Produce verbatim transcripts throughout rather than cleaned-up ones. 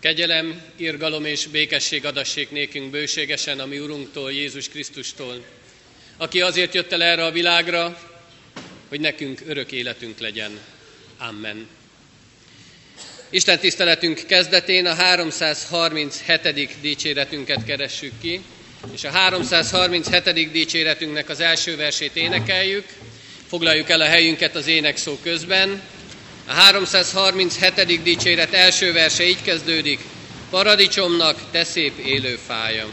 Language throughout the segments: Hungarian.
Kegyelem, irgalom és békesség adassék nékünk bőségesen a mi Urunktól, Jézus Krisztustól, aki azért jött el erre a világra, hogy nekünk örök életünk legyen. Amen. Isten tiszteletünk kezdetén a háromszázharminchetedik dicséretünket keressük ki, és a háromszázharminchetedik dicséretünknek az első versét énekeljük. Foglaljuk el a helyünket az énekszó közben. A háromszázharminchetedik dicséret első verse így kezdődik: Paradicsomnak te szép élő fája.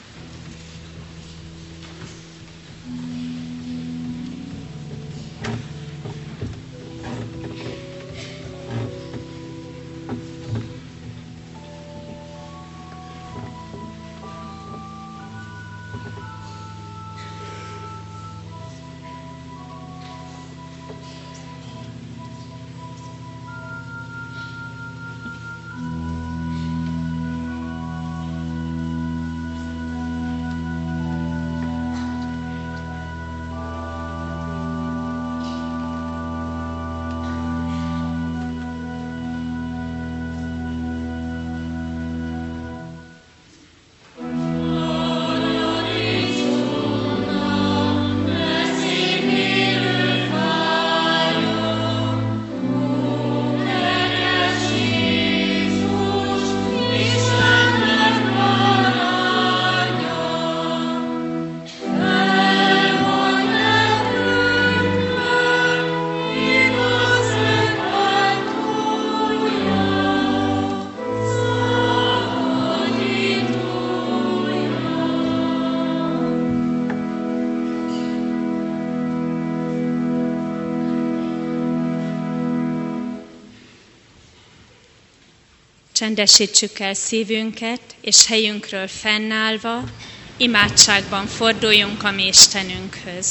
Csendesítsük el szívünket, és helyünkről fennállva, imádságban forduljunk a mi Istenünkhöz.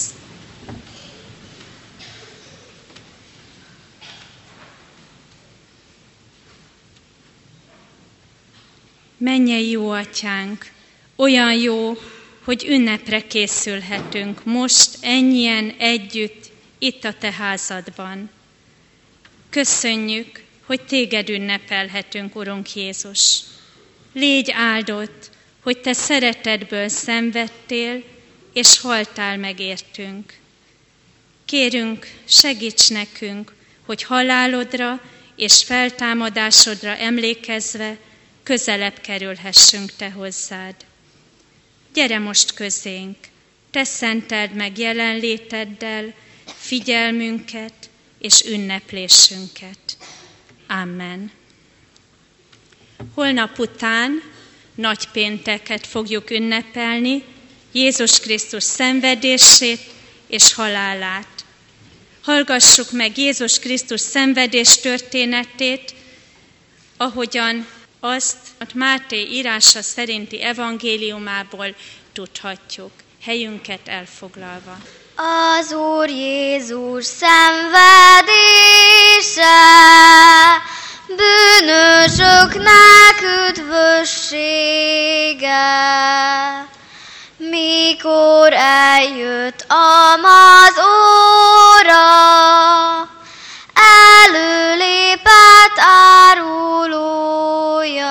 Mennyei jó Atyánk, olyan jó, hogy ünnepre készülhetünk most ennyien együtt itt a Te házadban. Köszönjük, hogy Téged ünnepelhetünk, Urunk Jézus. Légy áldott, hogy Te szeretetből szenvedtél, és haltál meg értünk. Kérünk, segíts nekünk, hogy halálodra és feltámadásodra emlékezve közelebb kerülhessünk Te hozzád. Gyere most közénk, Te szenteld meg jelenléteddel figyelmünket és ünneplésünket. Amen. Holnap után nagypénteket fogjuk ünnepelni, Jézus Krisztus szenvedését és halálát. Hallgassuk meg Jézus Krisztus szenvedés történetét, ahogyan azt a Máté írása szerinti evangéliumából tudhatjuk, helyünket elfoglalva. Az Úr Jézus szenvedése, bűnösöknek üdvössége, mikor eljött az óra, előlépett árulója.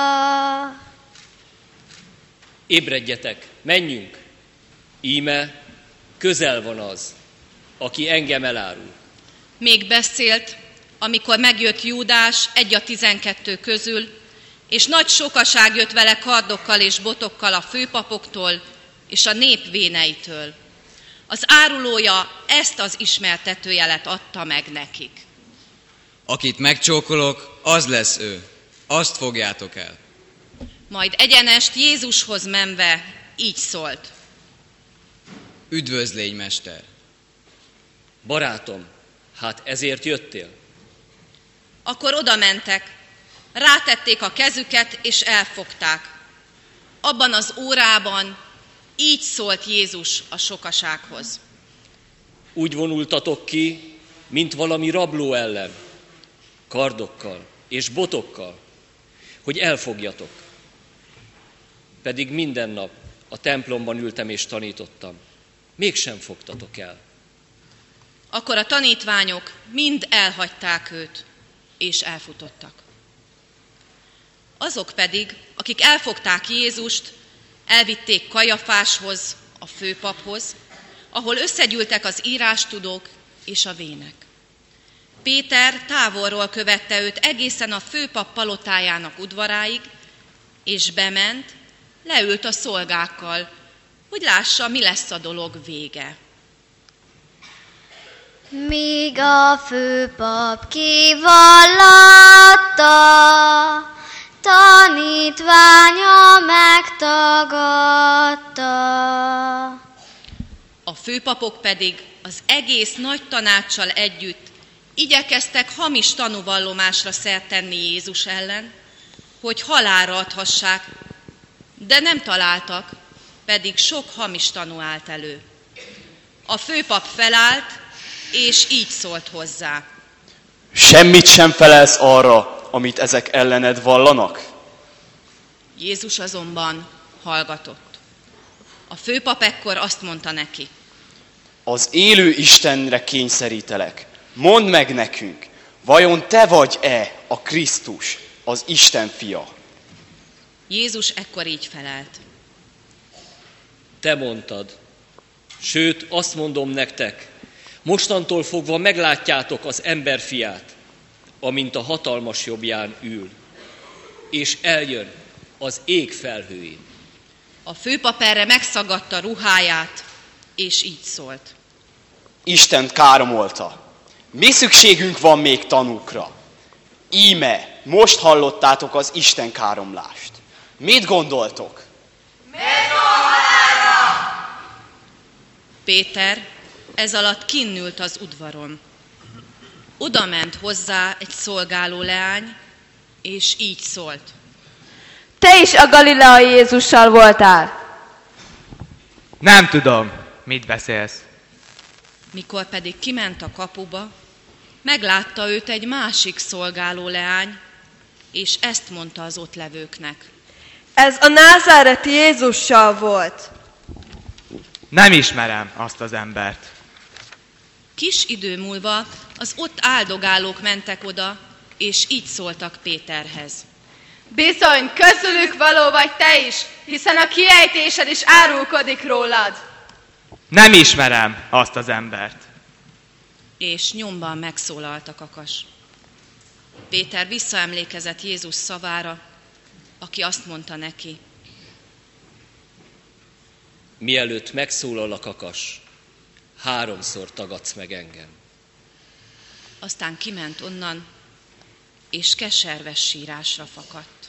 Ébredjetek, menjünk! Íme közel van az, aki engem elárul. Még beszélt, amikor megjött Júdás egy a tizenkettő közül, és nagy sokaság jött vele kardokkal és botokkal a főpapoktól és a nép véneitől. Az árulója ezt az ismertetőjelet adta meg nekik. Akit megcsókolok, az lesz ő. Azt fogjátok el. Majd egyenest Jézushoz menve így szólt. Üdvözlégy, mester! Barátom, hát ezért jöttél? Akkor oda mentek, rátették a kezüket és elfogták. Abban az órában így szólt Jézus a sokasághoz. Úgy vonultatok ki, mint valami rabló ellen, kardokkal és botokkal, hogy elfogjatok. Pedig minden nap a templomban ültem és tanítottam. Mégsem fogtatok el. Akkor a tanítványok mind elhagyták őt, és elfutottak. Azok pedig, akik elfogták Jézust, elvitték Kajafáshoz, a főpaphoz, ahol összegyűltek az írástudók és a vének. Péter távolról követte őt egészen a főpap palotájának udvaráig, és bement, leült a szolgákkal, hogy lássa, mi lesz a dolog vége. Míg a főpap kivallatta, tanítványa megtagadta. A főpapok pedig az egész nagy tanácssal együtt igyekeztek hamis tanúvallomásra szert tenni Jézus ellen, hogy halálra adhassák, de nem találtak, pedig sok hamis tanú állt elő. A főpap felállt, és így szólt hozzá. Semmit sem felelsz arra, amit ezek ellened vallanak? Jézus azonban hallgatott. A főpap ekkor azt mondta neki. Az élő Istenre kényszerítelek. Mondd meg nekünk, vajon te vagy-e a Krisztus, az Isten fia? Jézus ekkor így felelt. Te mondtad, sőt azt mondom nektek, mostantól fogva meglátjátok az emberfiát, amint a hatalmas jobbján ül, és eljön az ég felhőjén. A főpap erre megszagadta ruháját, és így szólt. Istent káromolta. Mi szükségünk van még tanúkra? Íme, most hallottátok az Isten káromlást. Mit gondoltok? Péter ez alatt kinnült az udvaron. Oda ment hozzá egy szolgáló leány, és így szólt. Te is a galileai Jézussal voltál? Nem tudom, mit beszélsz. Mikor pedig kiment a kapuba, meglátta őt egy másik szolgáló leány, és ezt mondta az ott levőknek. Ez a názáreti Jézussal volt. Nem ismerem azt az embert. Kis idő múlva az ott áldogálók mentek oda, és így szóltak Péterhez. Bizony, közülük való vagy te is, hiszen a kiejtésed is árulkodik rólad. Nem ismerem azt az embert. És nyomban megszólalt a kakas. Péter visszaemlékezett Jézus szavára, aki azt mondta neki. Mielőtt megszólal a kakas, háromszor tagadsz meg engem. Aztán kiment onnan, és keserves sírásra fakadt.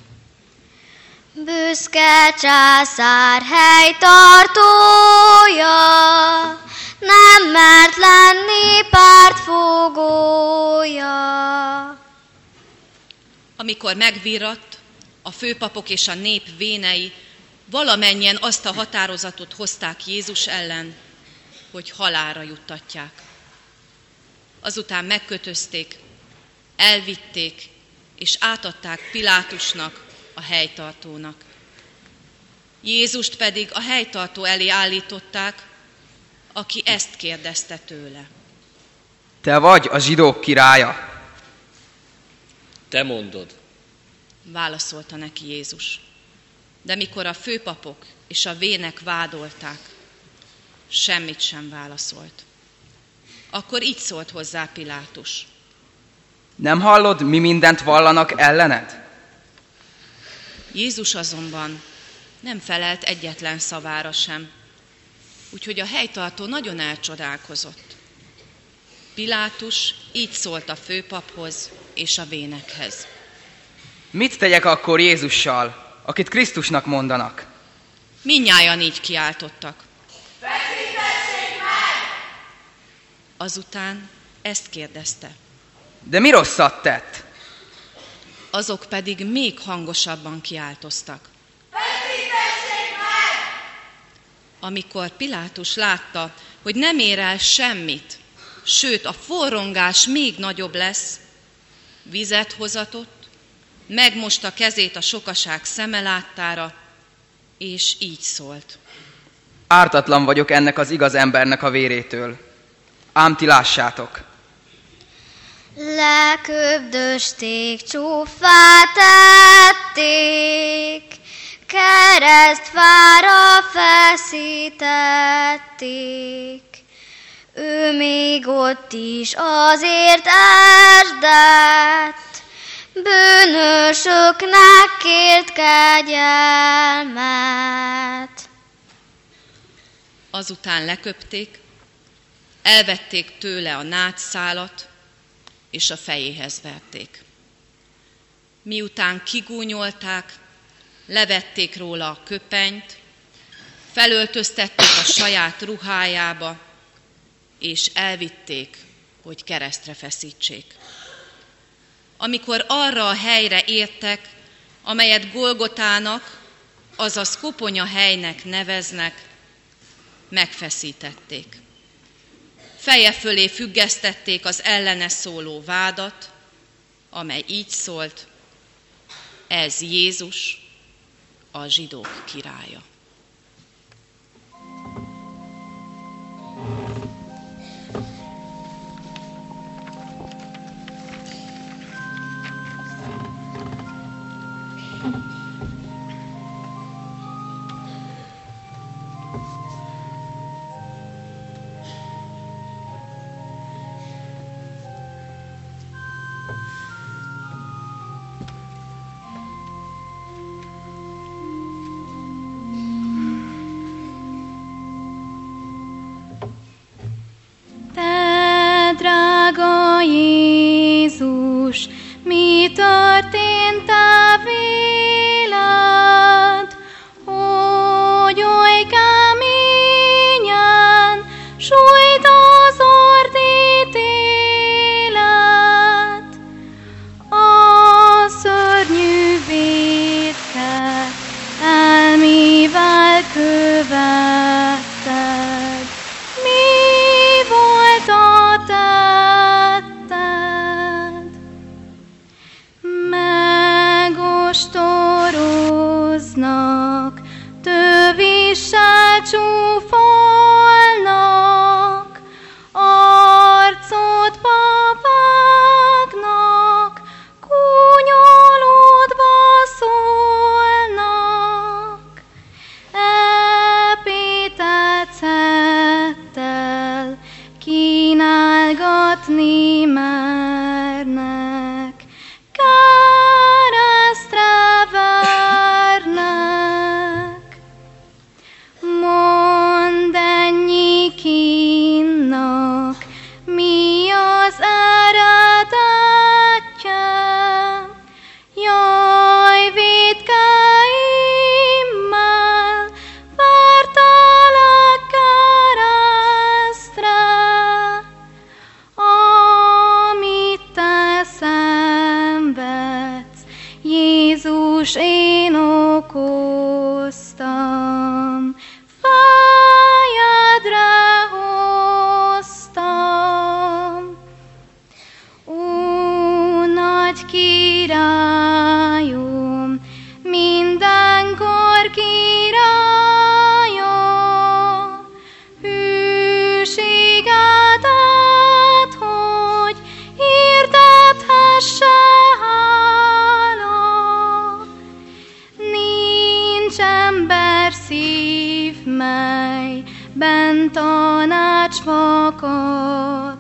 Büszke császár helytartója, nem mert lenni pártfogója. Amikor megvirratt, a főpapok és a nép vénei valamennyien azt a határozatot hozták Jézus ellen, hogy halálra juttatják. Azután megkötözték, elvitték, és átadták Pilátusnak, a helytartónak. Jézust pedig a helytartó elé állították, aki ezt kérdezte tőle. Te vagy a zsidók királya? Te mondod. Válaszolta neki Jézus. De mikor a főpapok és a vének vádolták, semmit sem válaszolt. Akkor így szólt hozzá Pilátus. Nem hallod, mi mindent vallanak ellened? Jézus azonban nem felelt egyetlen szavára sem, úgyhogy a helytartó nagyon elcsodálkozott. Pilátus így szólt a főpaphoz és a vénekhez. Mit tegyek akkor Jézussal, akit Krisztusnak mondanak? Mindnyájan így kiáltottak. Feszítessék meg! Azután ezt kérdezte. De mi rosszat tett? Azok pedig még hangosabban kiáltoztak. Feszítessék meg! Amikor Pilátus látta, hogy nem ér el semmit, sőt a forrongás még nagyobb lesz, vizet hozatott, megmosta kezét a sokaság szeme láttára, és így szólt. Ártatlan vagyok ennek az igaz embernek a vérétől. Ám ti lássátok. Leköbdösték, csúffá tették, fedték, keresztfára feszítették. Ő még ott is azért esdett, bűnösöknek kért kegyelmet. Azután leköpték, elvették tőle a nátszálat, és a fejéhez verték. Miután kigúnyolták, levették róla a köpenyt, felöltöztették a saját ruhájába, és elvitték, hogy keresztre feszítsék. Amikor arra a helyre értek, amelyet Golgotának, azaz koponya helynek neveznek, megfeszítették. Feje fölé függesztették az ellene szóló vádat, amely így szólt: ez Jézus, a zsidók királya. Jézus, mi történt a veled, hogy oly keményen sújt az ordítélet, a szörnyű vétket elmével követted. Mi volt a megostoroznak, tövissel csúfolnak, arcodba vágnak, kúnyolódva szólnak. Epítettel kínálgatni mernek, keresztre vernek. Mondd ennyi kínnak, mi az eredetje? Jaj, vétkeimmel vertelek keresztre, amit te szenvedsz, Jézus, én okoztam, fejedre hoztam. Ó, nagy királyom, mindenkor királya, hűségedet, hogy hirdethesse hála. Nincs ember szív, mely bent tanács fakadhat.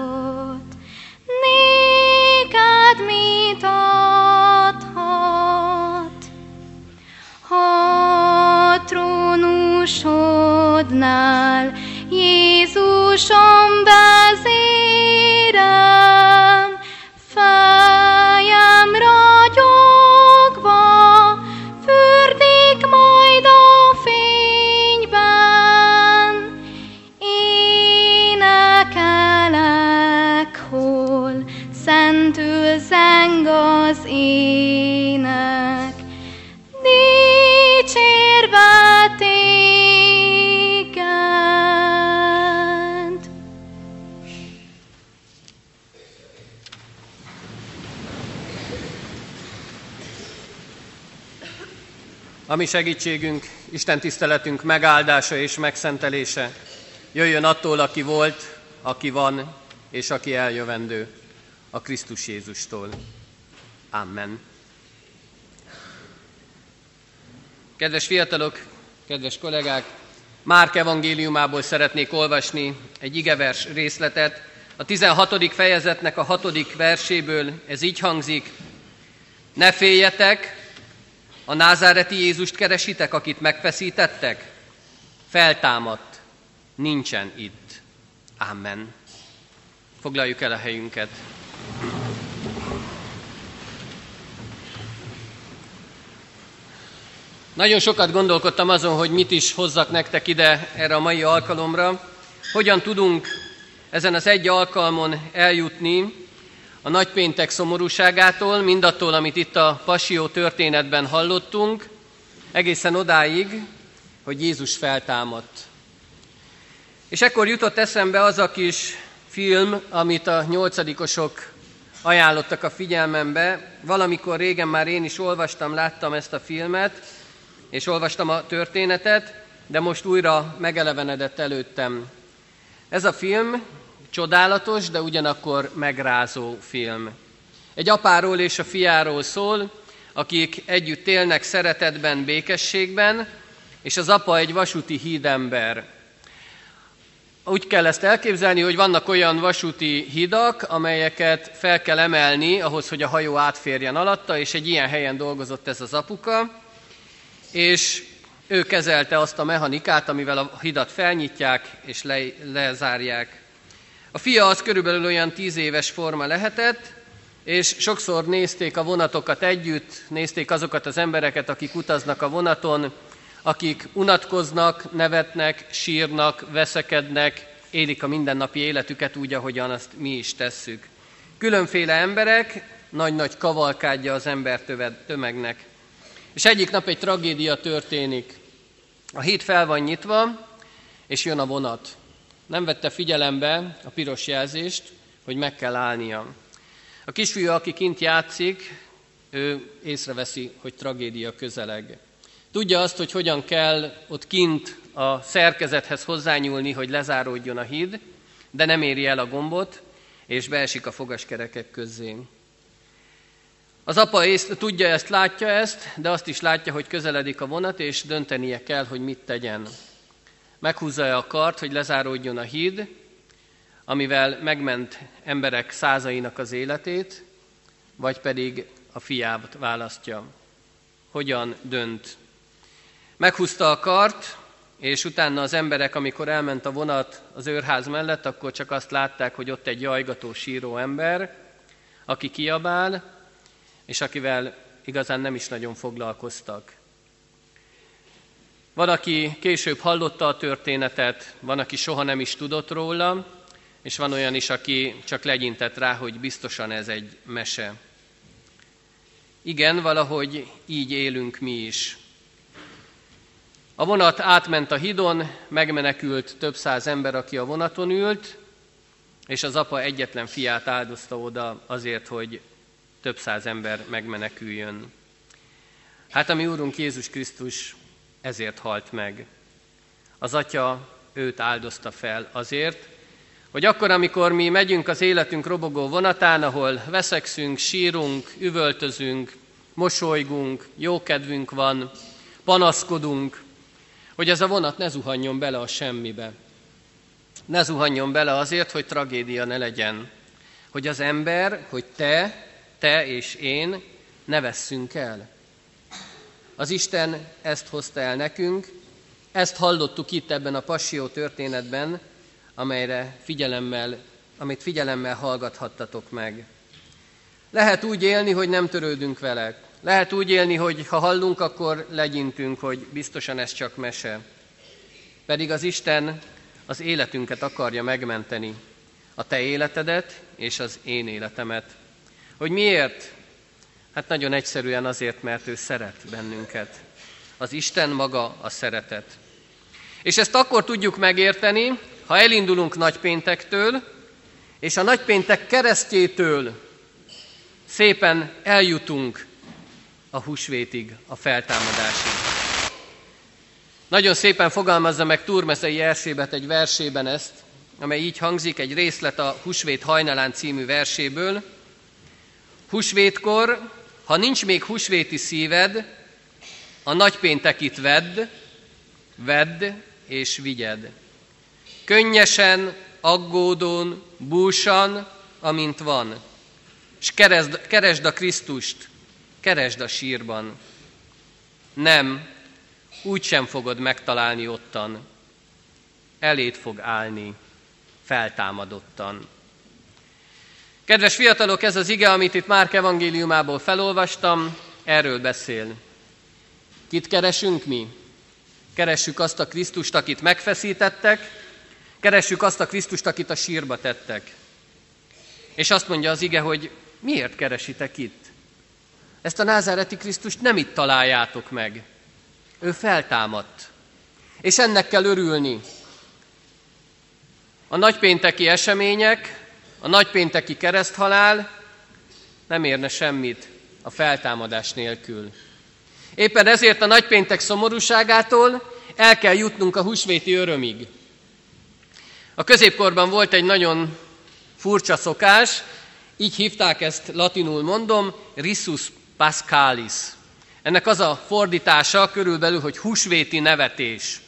Néked mit adhat? Ha trónusodnál Jézusom vezérem, fejem ragyogva fürdik majd a fényben. Énekelek, hol szentül zeng az ének, dicsérve téged. A mi segítségünk, Isten tiszteletünk megáldása és megszentelése jöjjön attól, aki volt, aki van, és aki eljövendő, a Krisztus Jézustól. Amen. Kedves fiatalok, kedves kollégák, Márk evangéliumából szeretnék olvasni egy igevers részletet. A tizenhatodik fejezetnek a hatodik verséből ez így hangzik: Ne féljetek, a názáreti Jézust keresitek, akit megfeszítettek? Feltámadt, nincsen itt. Amen. Foglaljuk el a helyünket. Nagyon sokat gondolkodtam azon, hogy mit is hozzak nektek ide erre a mai alkalomra. Hogyan tudunk ezen az egy alkalmon eljutni a nagypéntek szomorúságától, mindattól, amit itt a Passió történetben hallottunk, egészen odáig, hogy Jézus feltámadt. És ekkor jutott eszembe az a kis film, amit a nyolcadikosok ajánlottak a figyelmembe. Valamikor régen már én is olvastam, láttam ezt a filmet, és olvastam a történetet, de most újra megelevenedett előttem. Ez a film csodálatos, de ugyanakkor megrázó film. Egy apáról és a fiáról szól, akik együtt élnek szeretetben, békességben, és az apa egy vasúti hídember. Úgy kell ezt elképzelni, hogy vannak olyan vasúti hidak, amelyeket fel kell emelni ahhoz, hogy a hajó átférjen alatta, és egy ilyen helyen dolgozott ez az apuka, és ő kezelte azt a mechanikát, amivel a hidat felnyitják és le, lezárják. A fia az körülbelül olyan tíz éves forma lehetett, és sokszor nézték a vonatokat együtt, nézték azokat az embereket, akik utaznak a vonaton, akik unatkoznak, nevetnek, sírnak, veszekednek, élik a mindennapi életüket úgy, ahogyan azt mi is tesszük. Különféle emberek, nagy-nagy kavalkádja az ember tömegnek. És egyik nap egy tragédia történik. A híd fel van nyitva, és jön a vonat. Nem vette figyelembe a piros jelzést, hogy meg kell állnia. A kisfiú, aki kint játszik, ő észreveszi, hogy tragédia közeleg. Tudja azt, hogy hogyan kell ott kint a szerkezethez hozzányúlni, hogy lezáródjon a híd, de nem éri el a gombot, és beesik a fogaskerekek közé. Az apa ész, tudja ezt, látja ezt, de azt is látja, hogy közeledik a vonat, és döntenie kell, hogy mit tegyen. Meghúzza-e a kart, hogy lezáródjon a híd, amivel megment emberek százainak az életét, vagy pedig a fiát választja. Hogyan dönt? Meghúzta a kart, és utána az emberek, amikor elment a vonat az őrház mellett, akkor csak azt látták, hogy ott egy jajgató, síró ember, aki kiabál, és akivel igazán nem is nagyon foglalkoztak. Van, aki később hallotta a történetet, van, aki soha nem is tudott róla, és van olyan is, aki csak legyintett rá, hogy biztosan ez egy mese. Igen, valahogy így élünk mi is. A vonat átment a hídon, megmenekült több száz ember, aki a vonaton ült, és az apa egyetlen fiát áldozta oda azért, hogy több száz ember megmeneküljön. Hát a mi Úrunk Jézus Krisztus ezért halt meg. Az Atya őt áldozta fel azért, hogy akkor, amikor mi megyünk az életünk robogó vonatán, ahol veszekszünk, sírunk, üvöltözünk, mosolygunk, jókedvünk van, panaszkodunk, hogy ez a vonat ne zuhanjon bele a semmibe. Ne zuhanjon bele azért, hogy tragédia ne legyen. Hogy az ember, hogy te, te és én ne vesszünk el. Az Isten ezt hozta el nekünk, ezt hallottuk itt ebben a Passió történetben, amelyre figyelemmel, amit figyelemmel hallgathattatok meg. Lehet úgy élni, hogy nem törődünk vele. Lehet úgy élni, hogy ha hallunk, akkor legyintünk, hogy biztosan ez csak mese. Pedig az Isten az életünket akarja megmenteni. A te életedet és az én életemet. Hogy miért? Hát nagyon egyszerűen azért, mert ő szeret bennünket. Az Isten maga a szeretet. És ezt akkor tudjuk megérteni, ha elindulunk nagypéntektől, és a nagypéntek keresztjétől szépen eljutunk a húsvétig, a feltámadásig. Nagyon szépen fogalmazza meg Turmeszei Erzsébet egy versében ezt, amely így hangzik, egy részlet a Húsvét hajnalán című verséből. Húsvétkor, ha nincs még húsvéti szíved, a nagypéntekit vedd, vedd és vigyed. Könnyesen, aggódón, búsan, amint van, és keresd, keresd a Krisztust, keresd a sírban. Nem, úgysem fogod megtalálni ottan, eléd fog állni, feltámadottan. Kedves fiatalok, ez az ige, amit itt Márk evangéliumából felolvastam, erről beszél. Kit keresünk mi? Keressük azt a Krisztust, akit megfeszítettek, keressük azt a Krisztust, akit a sírba tettek. És azt mondja az ige, hogy miért keresitek itt? Ezt a názáreti Krisztust nem itt találjátok meg. Ő feltámadt. És ennek kell örülni. A nagypénteki események, a nagypénteki kereszthalál nem érne semmit a feltámadás nélkül. Éppen ezért a nagypéntek szomorúságától el kell jutnunk a húsvéti örömig. A középkorban volt egy nagyon furcsa szokás, így hívták ezt, latinul mondom, risus paschalis. Ennek az a fordítása körülbelül, hogy húsvéti nevetés.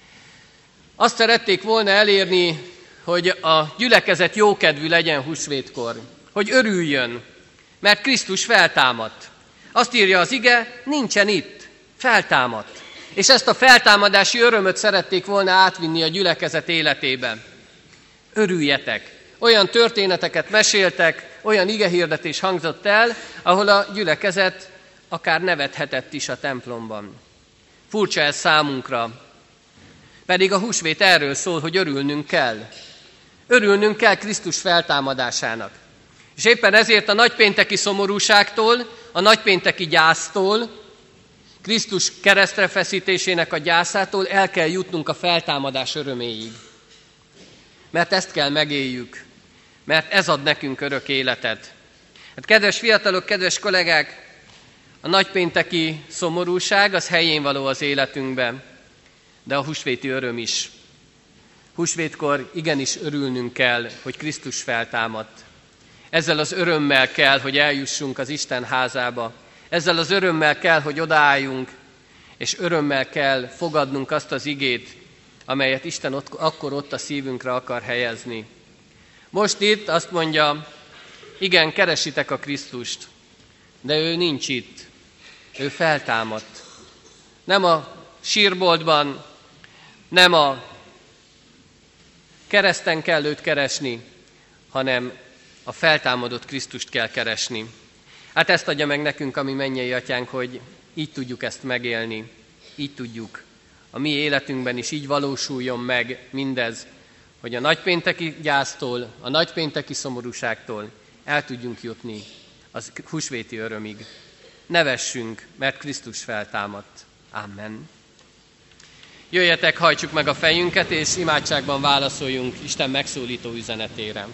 Azt szerették volna elérni, hogy a gyülekezet jókedvű legyen húsvétkor, hogy örüljön, mert Krisztus feltámadt. Azt írja az ige, nincsen itt, feltámadt. És ezt a feltámadási örömöt szerették volna átvinni a gyülekezet életébe. Örüljetek! Olyan történeteket meséltek, olyan igehirdetés hangzott el, ahol a gyülekezet akár nevethetett is a templomban. Furcsa ez számunkra, pedig a húsvét erről szól, hogy örülnünk kell. Örülnünk kell Krisztus feltámadásának. És éppen ezért a nagypénteki szomorúságtól, a nagypénteki gyásztól, Krisztus keresztre feszítésének a gyászától el kell jutnunk a feltámadás öröméig. Mert ezt kell megéljük, mert ez ad nekünk örök életet. Hát kedves fiatalok, kedves kollégák, a nagypénteki szomorúság az helyén való az életünkben, de a húsvéti öröm is. Húsvétkor igenis örülnünk kell, hogy Krisztus feltámadt. Ezzel az örömmel kell, hogy eljussunk az Isten házába. Ezzel az örömmel kell, hogy odaálljunk, és örömmel kell fogadnunk azt az igét, amelyet Isten ott, akkor ott a szívünkre akar helyezni. Most itt azt mondja, igen, keresitek a Krisztust, de ő nincs itt. Ő feltámadt. Nem a sírboltban, nem a kereszten kell őt keresni, hanem a feltámadott Krisztust kell keresni. Hát ezt adja meg nekünk a mi mennyei atyánk, hogy így tudjuk ezt megélni, így tudjuk. A mi életünkben is így valósuljon meg mindez, hogy a nagypénteki gyásztól, a nagypénteki szomorúságtól el tudjunk jutni az húsvéti örömig. Nevessünk, mert Krisztus feltámadt. Amen. Jöjjetek, hajtsuk meg a fejünket, és imádságban válaszoljunk Isten megszólító üzenetére.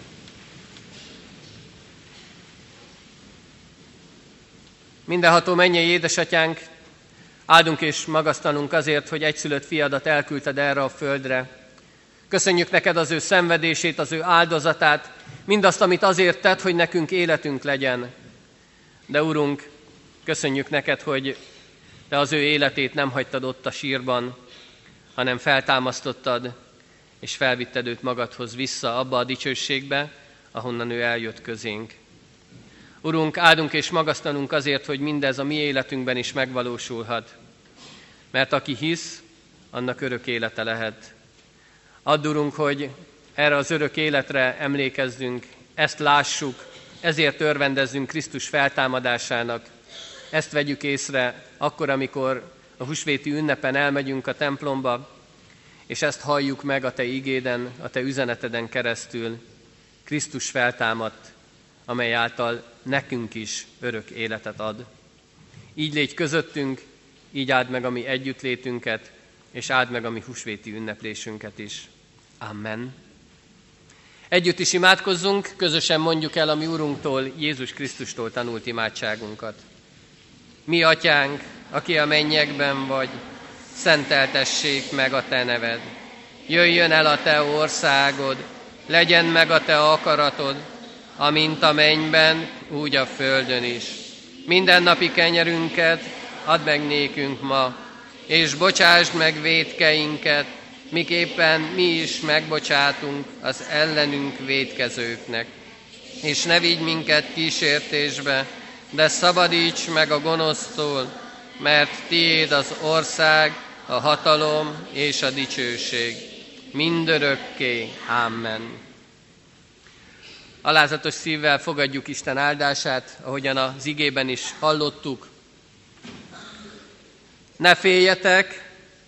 Mindenható mennyei édesatyánk, áldunk és magasztalunk azért, hogy egyszülött fiadat elküldted erre a földre. Köszönjük neked az ő szenvedését, az ő áldozatát, mindazt, amit azért tett, hogy nekünk életünk legyen. De Urunk, köszönjük neked, hogy te az ő életét nem hagytad ott a sírban, hanem feltámasztottad, és felvitted őt magadhoz vissza abba a dicsőségbe, ahonnan ő eljött közénk. Urunk, áldunk és magasztalunk azért, hogy mindez a mi életünkben is megvalósulhat. Mert aki hisz, annak örök élete lehet. Add, Urunk, hogy erre az örök életre emlékezzünk, ezt lássuk, ezért örvendezzünk Krisztus feltámadásának. Ezt vegyük észre akkor, amikor a húsvéti ünnepen elmegyünk a templomba, és ezt halljuk meg a te igéden, a te üzeneteden keresztül. Krisztus feltámadt, amely által nekünk is örök életet ad. Így légy közöttünk, így áld meg a mi együttlétünket, és áld meg a mi húsvéti ünneplésünket is. Amen. Együtt is imádkozzunk, közösen mondjuk el a mi Urunktól, Jézus Krisztustól tanult imádságunkat. Mi atyánk, aki a mennyekben vagy, szenteltessék meg a te neved. Jöjjön el a te országod, legyen meg a te akaratod, amint a mennyben, úgy a földön is. Mindennapi kenyerünket add meg nékünk ma, és bocsásd meg vétkeinket, miképpen mi is megbocsátunk az ellenünk vétkezőknek. És ne vigy minket kísértésbe, de szabadíts meg a gonosztól, mert tiéd az ország, a hatalom és a dicsőség. Mindörökké. Amen. Alázatos szívvel fogadjuk Isten áldását, ahogyan az igében is hallottuk. Ne féljetek,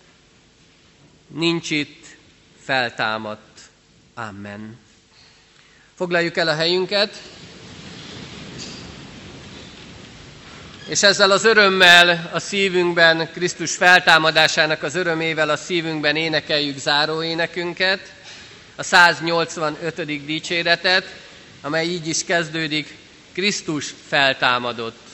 nincs itt, feltámadt. Amen. Foglaljuk el a helyünket, és ezzel az örömmel a szívünkben, Krisztus feltámadásának az örömével a szívünkben énekeljük záróénekünket, a száznyolcvanötödik dicséretet, amely így is kezdődik: Krisztus feltámadott.